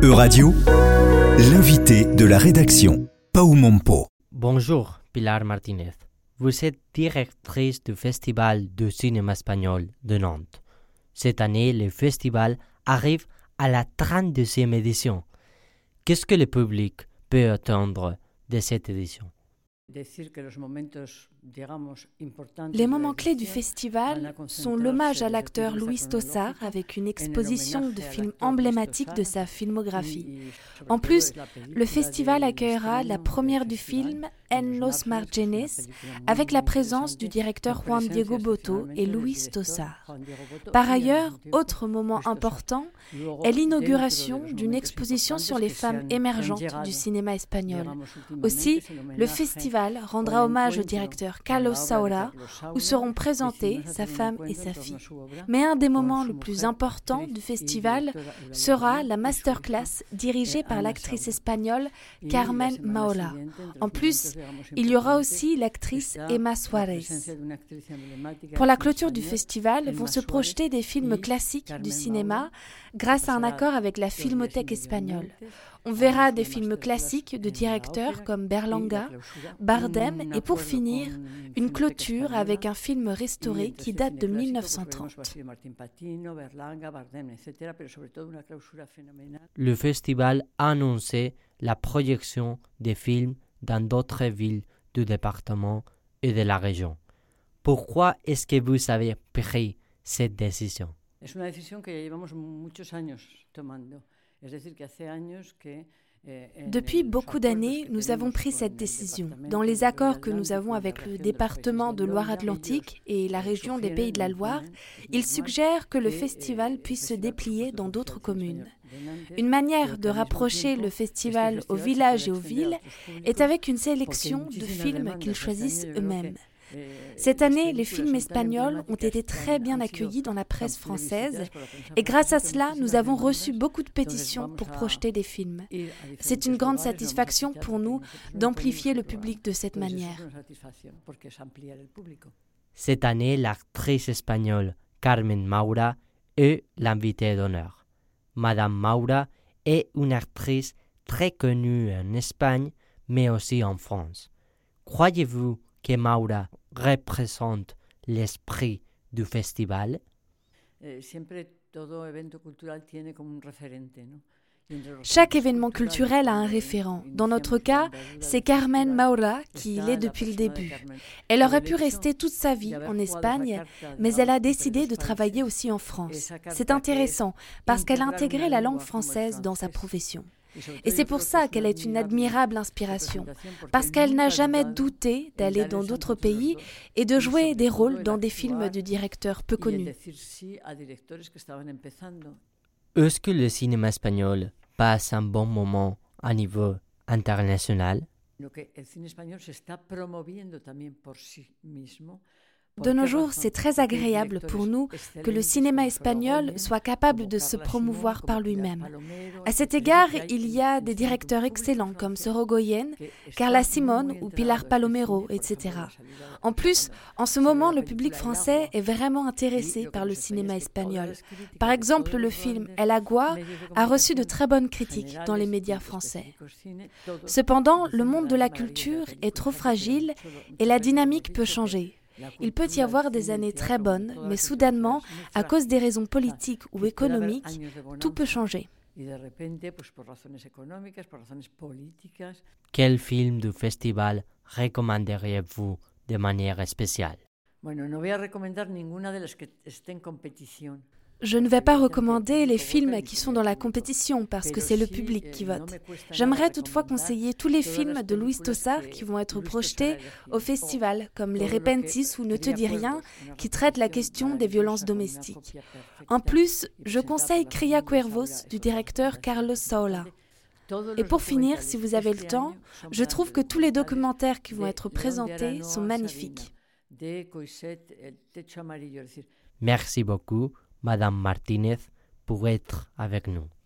Euradio, l'invité de la rédaction, Pau Mompo. Bonjour, Pilar Martinez. Vous êtes directrice du Festival du cinéma espagnol de Nantes. Cette année, le festival arrive à la 32e édition. Qu'est-ce que le public peut attendre de cette édition? Les moments clés du festival sont l'hommage à l'acteur Luis Tosar avec une exposition de films emblématiques de sa filmographie. En plus, le festival accueillera la première du film En los Márgenes avec la présence du directeur Juan Diego Botto et Luis Tosar. Par ailleurs, autre moment important est l'inauguration d'une exposition sur les femmes émergentes du cinéma espagnol. Aussi, le festival rendra hommage au directeur Carlos Saura, où seront présentées sa femme et sa fille. Mais un des moments les plus importants du festival sera la masterclass dirigée par l'actrice espagnole Carmen Maura. En plus, il y aura aussi l'actrice Emma Suárez. Pour la clôture du festival, vont se projeter des films classiques du cinéma grâce à un accord avec la Filmothèque espagnole. On verra des films classiques de directeurs comme Berlanga, Bardem et pour finir, une clôture avec un film restauré qui date de 1930. Le festival a annoncé la projection des films dans d'autres villes du département et de la région. Pourquoi est-ce que vous avez pris cette décision? Depuis beaucoup d'années, nous avons pris cette décision. Dans les accords que nous avons avec le département de Loire-Atlantique et la région des Pays de la Loire, ils suggèrent que le festival puisse se déplier dans d'autres communes. Une manière de rapprocher le festival aux villages et aux villes est avec une sélection de films qu'ils choisissent eux-mêmes. Cette année, les films espagnols ont été très bien accueillis dans la presse française et grâce à cela, nous avons reçu beaucoup de pétitions pour projeter des films. C'est une grande satisfaction pour nous d'amplifier le public de cette manière. Cette année, l'actrice espagnole Carmen Maura est l'invitée d'honneur. Madame Maura est une actrice très connue en Espagne, mais aussi en France. Croyez-vous que Maura représente l'esprit du festival? Chaque événement culturel a un référent. Dans notre cas, c'est Carmen Maura qui l'est depuis le début. Elle aurait pu rester toute sa vie en Espagne, mais elle a décidé de travailler aussi en France. C'est intéressant parce qu'elle a intégré la langue française dans sa profession. Et c'est pour ça qu'elle est une admirable inspiration, parce qu'elle n'a jamais douté d'aller dans d'autres pays et de jouer des rôles dans des films de directeurs peu connus. Est-ce que le cinéma espagnol passe un bon moment à niveau international? De nos jours, c'est très agréable pour nous que le cinéma espagnol soit capable de se promouvoir par lui-même. À cet égard, il y a des directeurs excellents comme Sorogoyen, Carla Simón ou Pilar Palomero, etc. En plus, en ce moment, le public français est vraiment intéressé par le cinéma espagnol. Par exemple, le film El Agua a reçu de très bonnes critiques dans les médias français. Cependant, le monde de la culture est trop fragile et la dynamique peut changer. Il peut y avoir des années très bonnes, mais soudainement, à cause des raisons politiques ou économiques, tout peut changer. Quel film du festival recommanderiez-vous de manière spéciale? Je ne vais pas recommander les films qui sont dans la compétition parce que c'est le public qui vote. J'aimerais toutefois conseiller tous les films de Luis Tosar qui vont être projetés au festival, comme Les Repentis ou Ne te dis rien, qui traitent la question des violences domestiques. En plus, je conseille Cría Cuervos du directeur Carlos Saura. Et pour finir, si vous avez le temps, je trouve que tous les documentaires qui vont être présentés sont magnifiques. Merci beaucoup, Madame Martinez, pour être avec nous.